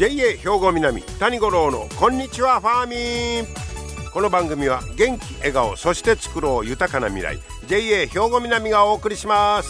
JA 兵庫南谷五郎のこんにちはファーミン。この番組は元気笑顔そして作ろう豊かな未来 JA 兵庫南がお送りします。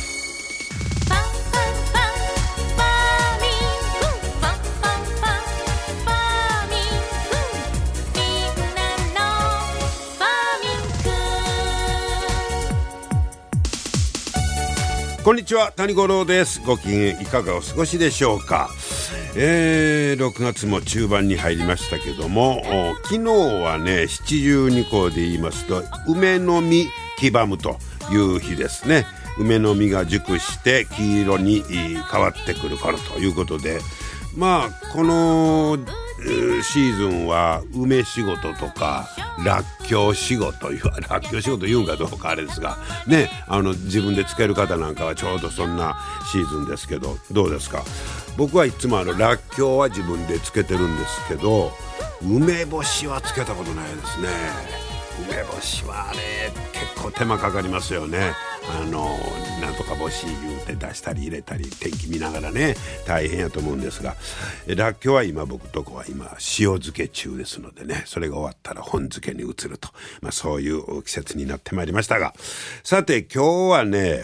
こんにちは谷五郎です。ご機嫌いかがお過ごしでしょうか。6月も中盤に入りましたけども、昨日はね七十二候で言いますと梅の実黄ばむという日ですね。梅の実が熟して黄色に変わってくる頃ということで、まあこのシーズンは梅仕事とからっきょう仕事らっきょう仕事言うんかどうかあれですがね、自分でつける方なんかはちょうどそんなシーズンですけど、どうですか。僕はいつもらっきょうは自分でつけてるんですけど、梅干しはつけたことないですね。梅干しはあれ結構手間かかりますよね。なんとか干し言うて出したり入れたり天気見ながらね大変やと思うんですが、らっきょうは今僕とこは今塩漬け中ですのでね、それが終わったら本漬けに移ると、そういう季節になってまいりましたが、さて今日はね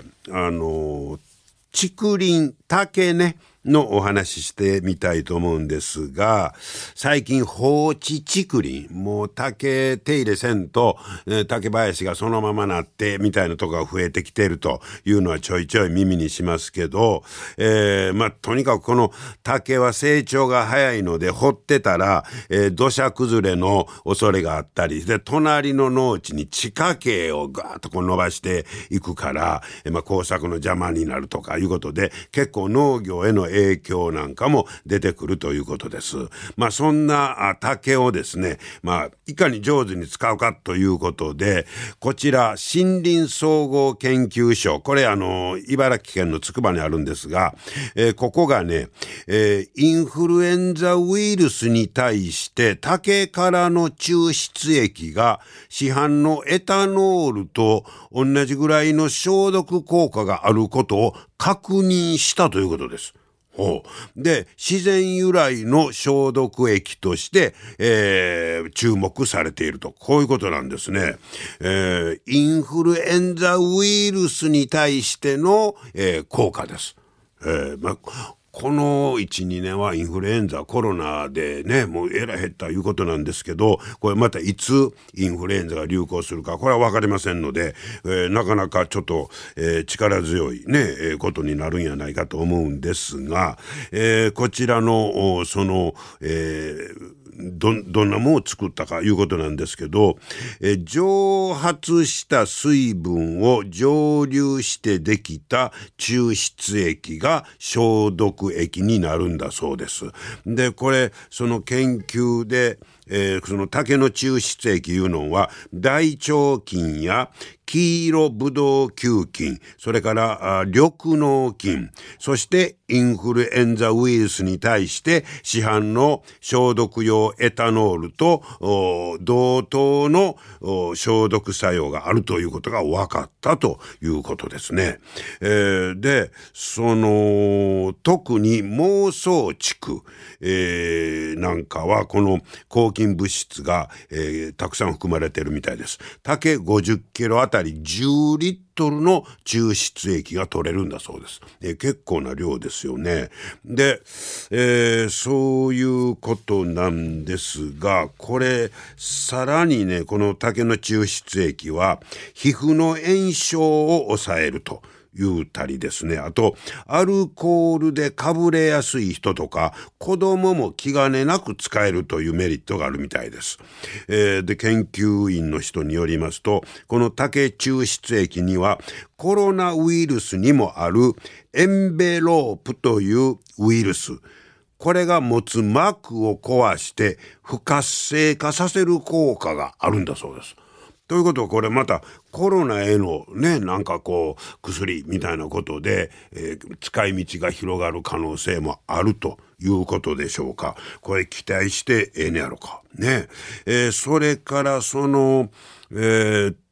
竹林竹ねのお話ししてみたいと思うんですが、最近放置竹林、もう竹手入れせんと竹林がそのままなってみたいなとこが増えてきているというのはちょいちょい耳にしますけど、とにかくこの竹は成長が早いので掘ってたら、土砂崩れの恐れがあったりで、隣の農地に地下茎をガーッとこう伸ばしていくから、耕作の邪魔になるとかいうことで結構農業への影響なんかも出てくるということです。そんな竹をですね、いかに上手に使うかということで、こちら森林総合研究所、これ茨城県のつくばにあるんですが、ここがね、インフルエンザウイルスに対して竹からの抽出液が市販のエタノールと同じぐらいの消毒効果があることを確認したということです。で、自然由来の消毒液として、注目されていると、こういうことなんですね。インフルエンザウイルスに対しての、効果です。この 1,2 年はインフルエンザコロナでねもうえらい減ったいうことなんですけど、これまたいつインフルエンザが流行するかこれは分かりませんので、なかなかちょっと、力強いね、ことになるんやないかと思うんですが、こちらのその、どんなものを作ったかいうことなんですけど、蒸発した水分を蒸留してできた抽出液が消毒液になるんだそうです。でこれその研究でその竹の抽出液いうのは大腸菌や黄色ブドウ球菌、それから緑膿菌、そしてインフルエンザウイルスに対して市販の消毒用エタノールと同等の消毒作用があるということが分かったということですね。でその特に孟宗竹、なんかはこの抗菌物質が、たくさん含まれているみたいです。竹50キロあたり10リットルの抽出液が取れるんだそうです。結構な量ですよね。で、そういうことなんですが、これさらにねこの竹の抽出液は皮膚の炎症を抑えると言うたりですね、あとアルコールでかぶれやすい人とか子供も気兼ねなく使えるというメリットがあるみたいです。で研究員の人によりますと、この竹抽出液にはコロナウイルスにもあるエンベロープというウイルス、これが持つ膜を壊して不活性化させる効果があるんだそうです。ということはこれまたコロナへのねなんかこう薬みたいなことで、使い道が広がる可能性もあるということでしょうか。これ期待してええねやろかね。それからその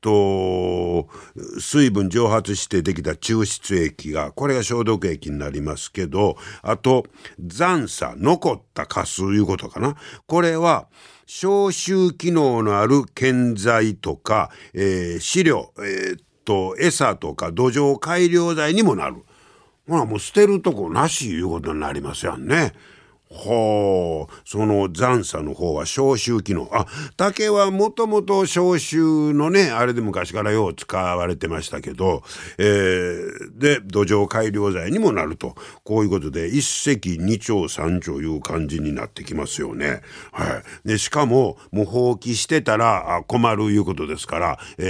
水分蒸発してできた抽出液が、これが消毒液になりますけど、あと残渣、残ったカスいうことかな。これは消臭機能のある建材とか、飼料、餌とか土壌改良剤にもなる。ほらもう捨てるとこなしいうことになりますやんね。ほう、その残渣の方は消臭機能。竹はもともと消臭のね、あれで昔からよう使われてましたけど、で、土壌改良剤にもなると。こういうことで、一石二鳥三鳥いう感じになってきますよね。はい。で、しかも、もう放棄してたら困るいうことですから、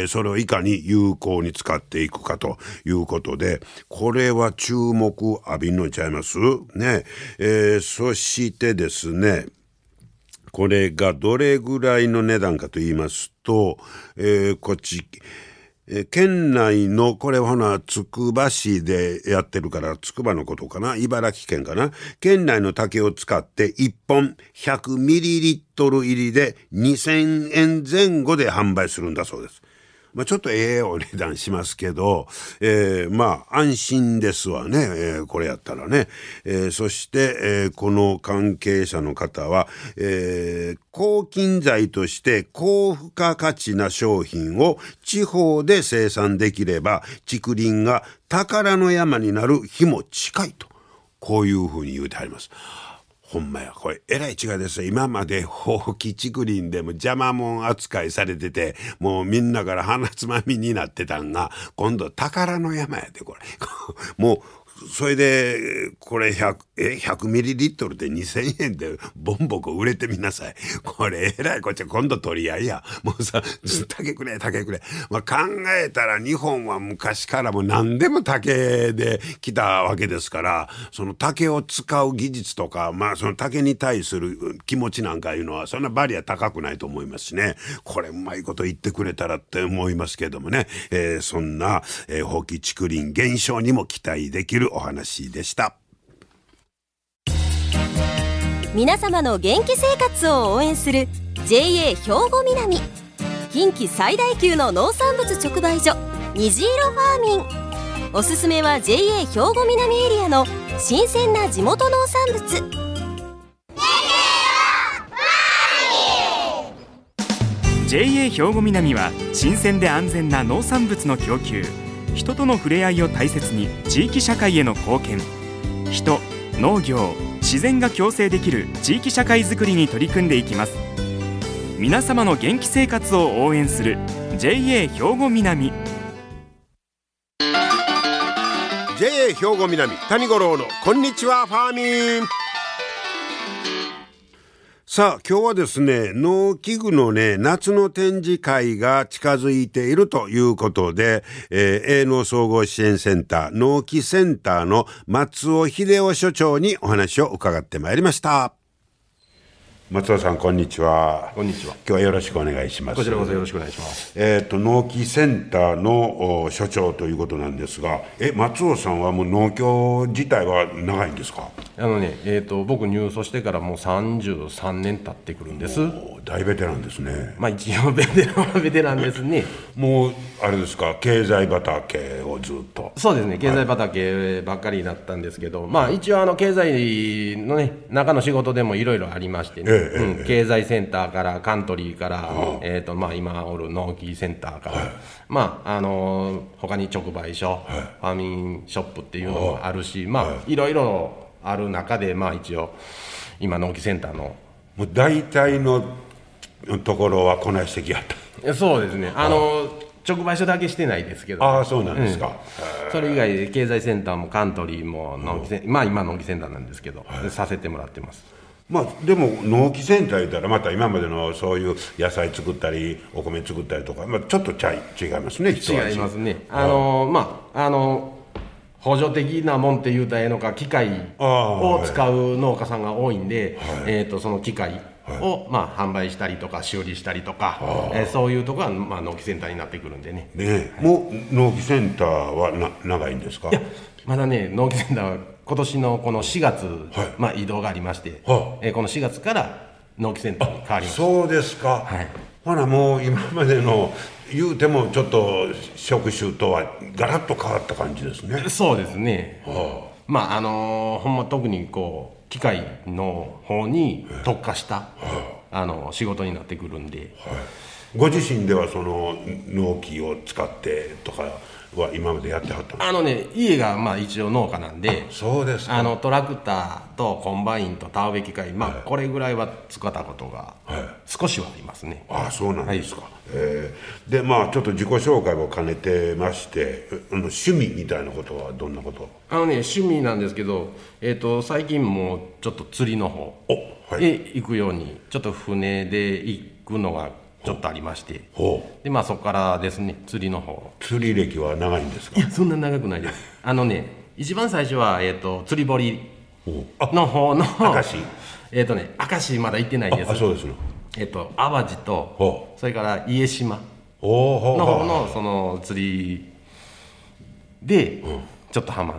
それをいかに有効に使っていくかということで、これは注目浴びんのちゃいますね。そしてですね、これがどれぐらいの値段かと言いますと、こっち、県内の、これはつくば市でやってるから、つくばのことかな、茨城県かな、県内の竹を使って1本100ミリリットル入りで2000円前後で販売するんだそうです。ちょっとお値段しますけど、安心ですわね、これやったらね。そして、この関係者の方は、抗菌剤として高付加価値な商品を地方で生産できれば、竹林が宝の山になる日も近いと、こういうふうに言うてあります。ほんまや、これえらい違いですよ。今まで放棄竹林でも邪魔もん扱いされてて、もうみんなから鼻つまみになってたんが、今度宝の山やで、これ。もうそれでこれ100ミリリットルで2000円でボンボコ売れてみなさい。これえらいこっちゃ今度取り合いや。もうさ、竹くれ。考えたら日本は昔からも何でも竹で来たわけですから、その竹を使う技術とか、その竹に対する気持ちなんかいうのはそんなバリア高くないと思いますしね。これうまいこと言ってくれたらって思いますけどもね。そんな、放棄竹林減少にも期待できるお話でした。 皆様の元気生活を応援する JA 兵庫南、近畿最大級の農産物直売所虹色ファーミン。おすすめは JA 兵庫南エリアの新鮮な地元農産物。 JA 兵庫南は新鮮で安全な農産物の供給、人との触れ合いを大切に地域社会への貢献、人、農業、自然が共生できる地域社会づくりに取り組んでいきます。皆様の元気生活を応援する JA 兵庫南。 JA 兵庫南谷五郎のこんにちはファーミン。さあ今日はですね、農機具のね、夏の展示会が近づいているということで、営農総合支援センター農機センターの松尾秀夫所長にお話を伺ってまいりました。松尾さんこんにちは。 こんにちは。 今日はよろしくお願いします。 こちらこそよろしくお願いします。 農機センターの所長ということなんですが、松尾さんはもう農協自体は長いんですか？ 僕入所してからもう33年経ってくるんです。 大ベテランですね。 一応ベテランですね。 もうあれですか、経済畑をずっと。 そうですね、経済畑ばっかりだったんですけど、一応経済のね中の仕事でもいろいろありましてね、経済センターからカントリーから、今おる農機センターから、他に直売所、ファーミンショップっていうのもあるし、いろいろある中で、一応今農機センターのもう大体のところはこなしてきやった。 そうですね、直売所だけしてないですけど、 ああそうなんですか、 それ以外で経済センターもカントリーも農機今農機センターなんですけど、させてもらってます。 でも農機センター言ったらまた今までのそういう野菜作ったりお米作ったりとか、ちょっと違いますね。 違いますね。補助的なもんって言うたらええのか、機械を使う農家さんが多いんで、その機械を販売したりとか修理したりとか、そういうところは農機センターになってくるんでね。 もう農機センターは長いんですか？ いやまだね、農機センターは今年のこの4月、移動がありまして、この4月から農機センターに変わりました。 そうですか。 ほなもう今までの言うてもちょっと職種とはガラッと変わった感じですね。 そうですね、まあほんま特にこう機械の方に特化した、仕事になってくるんで、 ご自身ではその農機を使ってとかは今までやってはったんですか？ 家がまあ一応農家なんで、 そうですか。 トラクターとコンバインと田植え機械、これぐらいは使ったことが少しはありますね。 そうなんですか。でまあちょっと自己紹介を兼ねてまして、趣味みたいなことはどんなこと？ 趣味なんですけど、最近もうちょっと釣りの方へ行くように、ちょっと船で行くのがちょっとありまして、でまあそこからですね、釣りの方。 釣り歴は長いんですか？ いやそんな長くないです。一番最初は、釣り堀の方の明石明石まだ行ってないです。 そうですね。 淡路とそれから家島の方のその釣りでちょっとハマって、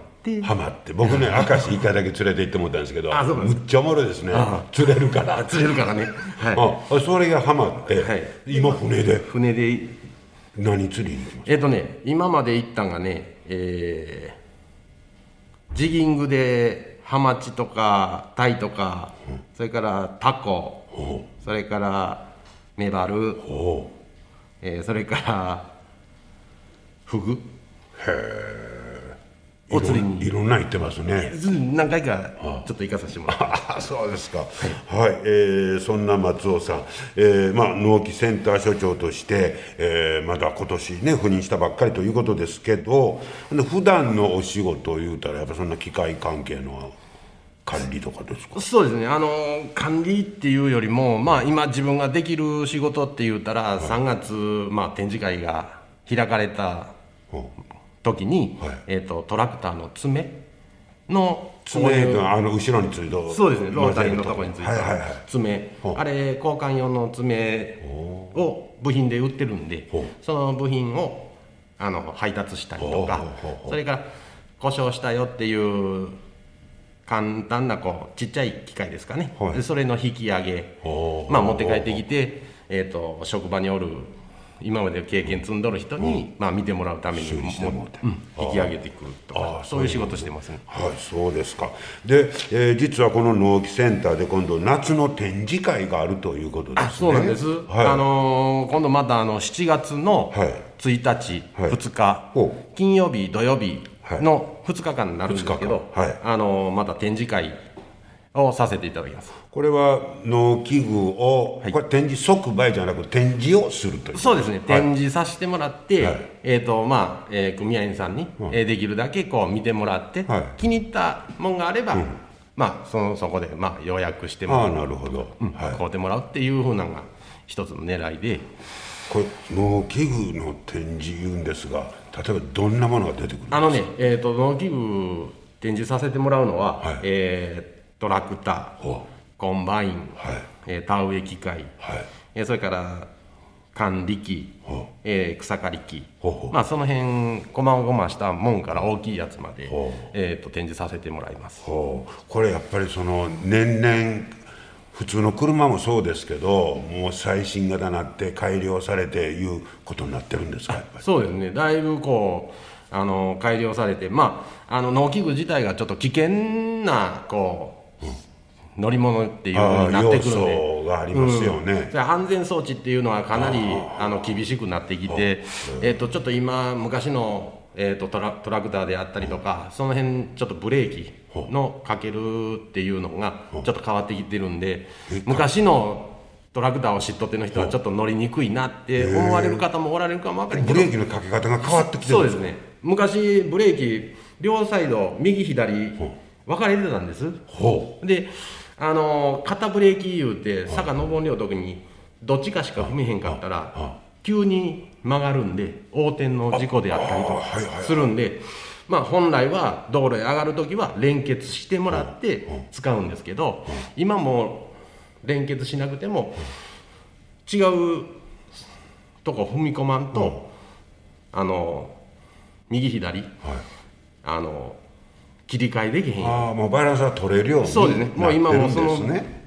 僕ね明石一回だけ連れて行ってもらったんですけど、むっちゃおもろいですね。釣れるからね。それがハマって、今船で何釣りに行きます？ 今まで行ったんがね、ジギングでハマチとかタイとか、それからタコ、それからメバル、それからフグお釣りにいろんな行ってますね。 何回かちょっと行かさせてもらってそうですか。そんな松尾さん、農機センター所長として、まだ今年ね赴任したばっかりということですけど、普段のお仕事を言うたらやっぱそんな機械関係の管理とかですか？ そうですね、管理っていうよりも、今自分ができる仕事って言うたら、3月、展示会が開かれた時に、トラクターの爪の後ろについて、 そうですね、ロータリーのところについた爪、あれ交換用の爪を部品で売ってるんで、その部品を配達したりとか、それから故障したよっていう簡単なちっちゃい機械ですかね、でそれの引き上げ、持って帰ってきて、職場におる今まで経験積んどる人に、見てもらうために引き上げてくるとか、そういう仕事してますね。 そうですか。で、実はこの農機センターで今度夏の展示会があるということですね。 そうなんです。今度また7月の1日、2日、金曜日土曜日の2日間になるんですけど、また展示会をさせていただきます。 これは農機具を、これ展示即売じゃなく展示をするという。 そうですね、展示させてもらって、組合員さんに、できるだけ見てもらって、気に入ったもんがあれば、そこで予約してもらう、 なるほど、 買うてもらうっていうふうなのが一つの狙いで。 これ農機具の展示言うんですが、例えばどんなものが出てくるんですか？ 農機具展示させてもらうのは、トラクター、コンバイン、田植え機械、それから管理機、草刈り機、その辺こまごましたもんから大きいやつまで、展示させてもらいます。 これやっぱり年々普通の車もそうですけど、もう最新型になって改良されていうことになってるんですか？やっぱりそうですね、だいぶ改良されて、農機具自体がちょっと危険な乗り物っていう風になってくるんで、 要素がありますよね。 安全装置っていうのはかなり厳しくなってきて、ちょっと今昔の、トラクターであったりとか、その辺ちょっとブレーキのかけるっていうのがちょっと変わってきてるんで、昔のトラクターを知っとっての人はちょっと乗りにくいなって思われる方もおられるかも分かりませんけど、 ブレーキのかけ方が変わってきてる。 そうですね、昔ブレーキ両サイド右左分かれてたんです。で肩ブレーキ言うて坂登りの時にどっちかしか踏めへんかったら急に曲がるんで横転の事故であったりとかするんで、本来は道路へ上がる時は連結してもらって使うんですけど、今も連結しなくても違うとこ踏み込まんと、右左、切り替えできへんように。 もうバランスは取れるようにそうですね、もう今もその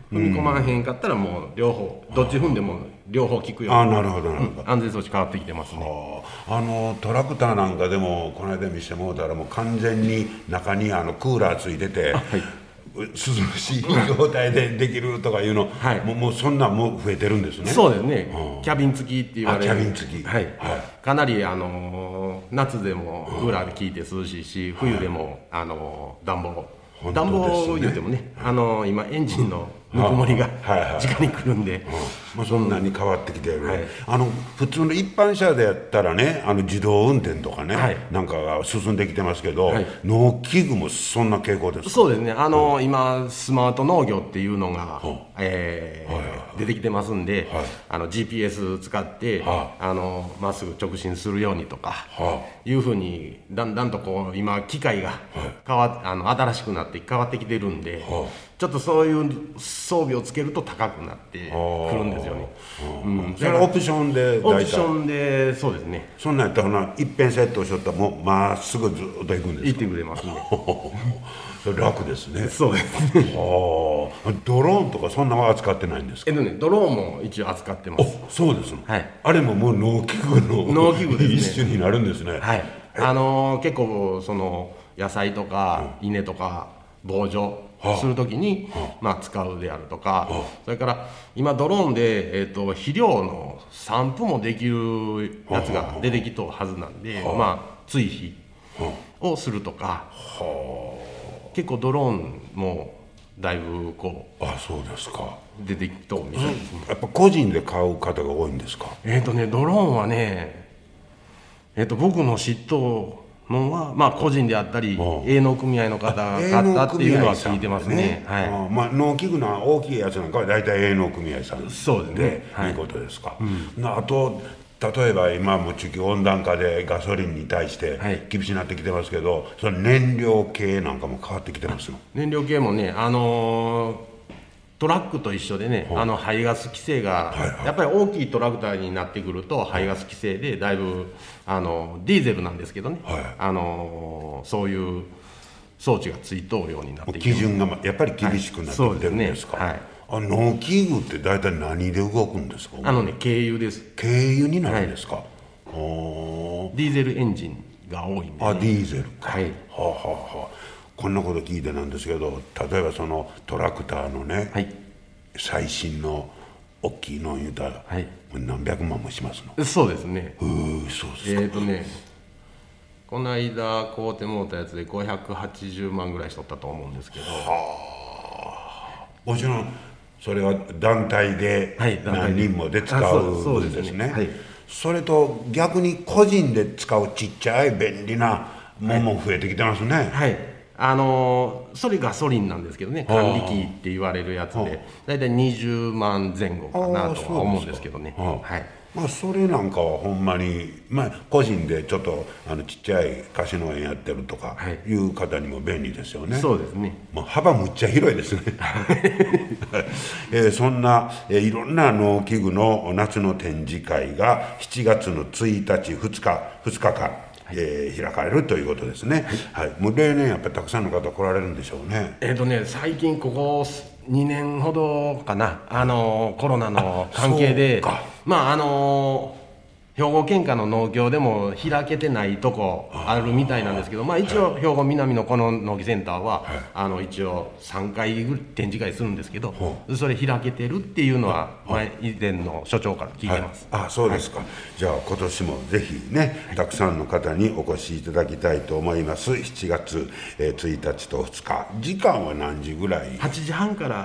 踏み込まへんかったらもう両方どっち踏んでも両方効くようになるほどなるほど、 安全装置変わってきてますね。 トラクターなんかでもこの間見せてもらったらもう完全に中にクーラーついてて、涼しい状態でできるとかいうの、もうそんなんも増えてるんですね。 そうですね、キャビン付きって言われる。 キャビン付き、 かなり夏でもクーラーで効いて涼しいし、冬でも暖房言うてもね、今エンジンのぬくもりが直に来るんで、 そんなに変わってきてる、普通の一般車でやったらね、自動運転とかね、なんかが進んできてますけど、農機具もそんな傾向ですか？ そうですね、今スマート農業っていうのが、出てきてますんで、GPS 使ってまっすぐ直進するようにとか、いうふうにだんだんとこう今機械が新しくなって変わってきてるんで、ちょっとそういう装備をつけると高くなってくるんですよね。 それはオプションでオプションで、そうですね。 そんなんやったら一遍セットしとったらもうまっすぐずっと行くんですか？ 行ってくれますね。 それ楽ですね。 そうですね。 ドローンとかそんなのは扱ってないんですか？ ドローンも一応扱ってます。 そうですね。あれももう農機具の一種になるんですね。 結構その野菜とか稲とか防除するときに使うであるとか、それから今ドローンで肥料の散布もできるやつが出てきとはずなんで、追肥をするとか、結構ドローンもだいぶこうそうですか、 出てきとみたいですね。 やっぱ個人で買う方が多いんですか？ ドローンはね、僕の知っとのは個人であったり営農組合の方が買ったっていうのは聞いてますね。 農機具の大きいやつなんかは大体営農組合さんでそうですね、 いうことですか。あと例えば今も地球温暖化でガソリンに対して厳しくなってきてますけど、その燃料系なんかも変わってきてますの？ 燃料系もね、トラックと一緒でね、排ガス規制が、やっぱり大きいトラクターになってくると排ガス規制でだいぶディーゼルなんですけどね、そういう装置がついとうようになってきて、 基準がやっぱり厳しくなってきてるんですか？農機具って大体何で動くんですか？ 軽油です。 軽油になるんですか？ ディーゼルエンジンが多いんで、ね、 ディーゼルか。こんなこと聞いてなんですけど、例えばそのトラクターのね、最新の大きいのを言うたら、何百万もしますの？そうですね。そうですか。この間買うてもうたやつで580万ぐらいしとったと思うんですけど、もちろんそれは団体で何人もで使うんですね。それと逆に個人で使うちっちゃい便利なものも増えてきてますね。それガソリンなんですけどね、管理機って言われるやつでだいたい20万前後かなとは思うんですけどね。それなんかはほんまに、個人でちょっとちっちゃい貸し農園やってるとかいう方にも便利ですよね。そうですね。幅むっちゃ広いですね。そんないろんな農機具の夏の展示会が7月の1日2日間開かれるということですね。もう例年やっぱりたくさんの方来られるんでしょうね。最近ここ2年ほどかな、コロナの関係で兵庫県下の農協でも開けてないとこあるみたいなんですけど、一応兵庫南のこの農技センターは一応3回展示会するんですけど、それ開けてるっていうのは以前の所長から聞いてます。そうですか。じゃあ今年もぜひね、たくさんの方にお越しいただきたいと思います。7月1日と2日、時間は何時ぐらい？8時半から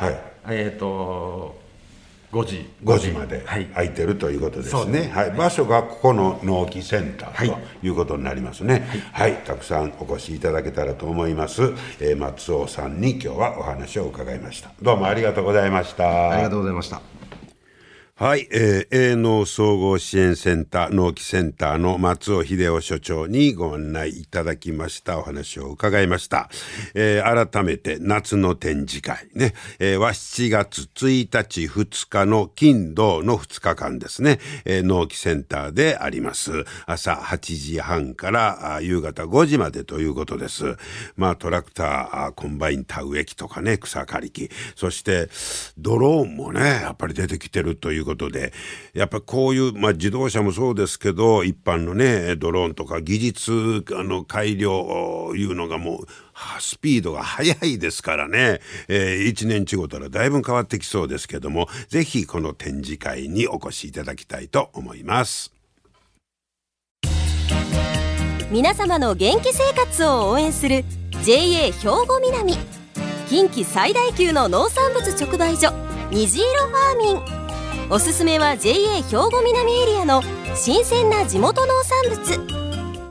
5時まで空いてるということですね。場所がここの農機センターということになりますね。たくさんお越しいただけたらと思います。松尾さんに今日はお話を伺いました。どうもありがとうございました。ありがとうございました。 はい、営農総合支援センター農機センターの松尾秀夫所長にご案内いただきました。お話を伺いました。改めて夏の展示会ね、は7月1日2日の金土の2日間ですね、農機センターであります。朝8時半から夕方5時までということです。まあトラクター、コンバイン田植え機とかね、草刈り機、そしてドローンもねやっぱり出てきてるということで、やっぱこういう、自動車もそうですけど一般のねドローンとか技術改良いうのがもうスピードが速いですからね、1年違ったらだいぶ変わってきそうですけども、ぜひこの展示会にお越しいただきたいと思います。 皆様の元気生活を応援する JA 兵庫南、近畿最大級の農産物直売所虹色ファーミン。おすすめは JA 兵庫南エリアの新鮮な地元農産物。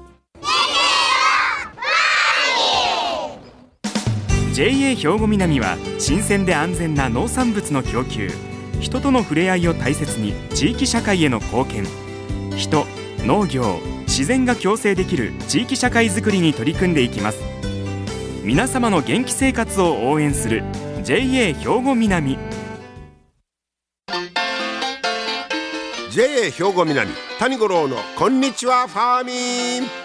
JA 兵庫南は新鮮で安全な農産物の供給、人との触れ合いを大切に地域社会への貢献、人、農業、自然が共生できる地域社会づくりに取り組んでいきます。皆様の元気生活を応援する JA 兵庫南。 JA 兵庫南谷五郎のこんにちはファーミン。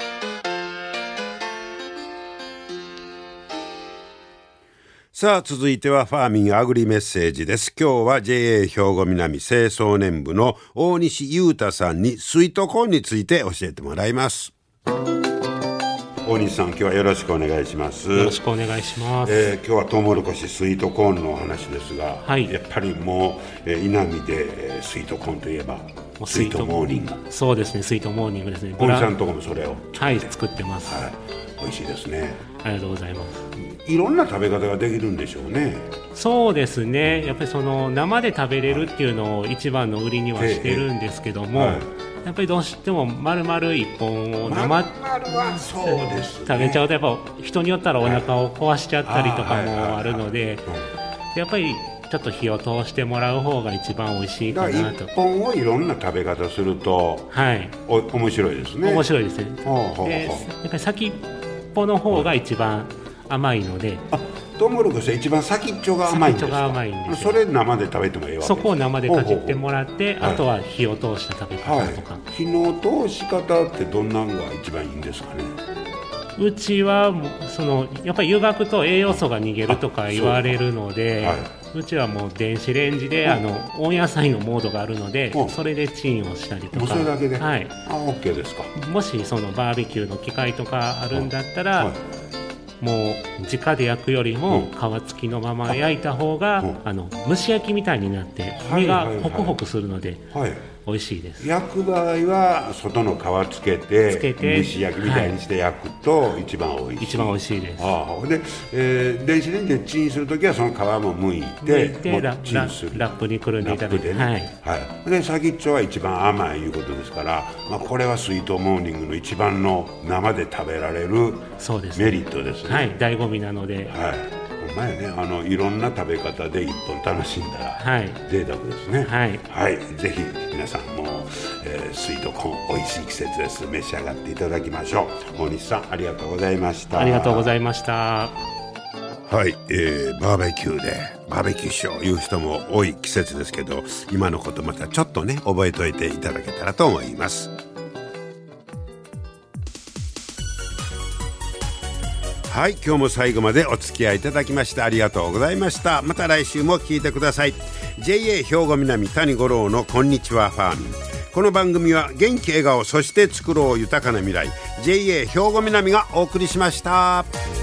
さあ続いてはファーミンアグリメッセージです。今日は JA 兵庫南青壮年部の大西裕太さんにスイートコーンについて教えてもらいます。大西さん、今日はよろしくお願いします。 よろしくお願いします。 今日はトウモロコシスイートコーンのお話ですが、はい、やっぱりもう、稲見で、スイートコーンといえばスイートモーニング。 そうですね、スイートモーニングですね。 大西さんのとこもそれをはい作ってます、はい、 美味しいですね。 ありがとうございます。 いろんな食べ方ができるんでしょうね。 そうですね、やっぱりその生で食べれるっていうのを一番の売りにはしてるんですけども、やっぱりどうしても丸々1本を生食べちゃうとやっぱ人によったらお腹を壊しちゃったりとかもあるので、やっぱりちょっと火を通してもらう方が一番美味しいかなと。 1本をいろんな食べ方すると、はい、面白いですね。 面白いですね。でやっぱり先っぽの方が一番甘いので、 トウモロコシは一番先っちょが甘いんですか。 先っちょが甘いんです。 それ生で食べてもいいわけです。 そこを生でかじってもらってあとは火を通した食べ方とか、 火の通し方ってどんなのが一番いいんですかね。 うちはやっぱり湯がくと栄養素が逃げるとか言われるので、うちはもう電子レンジで温野菜のモードがあるので、それでチンをしたりとか。 もうそれだけで、 はい、 OK ですか。もしバーベキューの機械とかあるんだったら、もう直で焼くよりも皮付きのまま焼いた方が蒸し焼きみたいになって身がホクホクするので美味しいです。 焼く場合は外の皮つけて蒸し焼きみたいにして焼くと一番美味しい。 一番美味しいです。 で、電子レンジでチンするときはその皮も剥いてチンする。 ラップにくるんでいただいて、 で先っちょは一番甘いいうことですから、これはスイートモーニングの一番の生で食べられるメリットですね。 はい、醍醐味なので。 ほんまやね、いろんな食べ方で一本楽しんだら贅沢ですね。はい、ぜひ皆さんも、スイートコーン美味しい季節です。召し上がっていただきましょう。大西さん、ありがとうございました。 ありがとうございました。 はい、バーベキューでバーベキューしよういう人も多い季節ですけど、今のことまたちょっとね覚えておいていただけたらと思います。はい、今日も最後までお付き合いいただきましてありがとうございました。また来週も聞いてください。 JA 兵庫南谷五郎のこんにちはファーミン。この番組は元気笑顔そして作ろう豊かな未来 JA 兵庫南がお送りしました。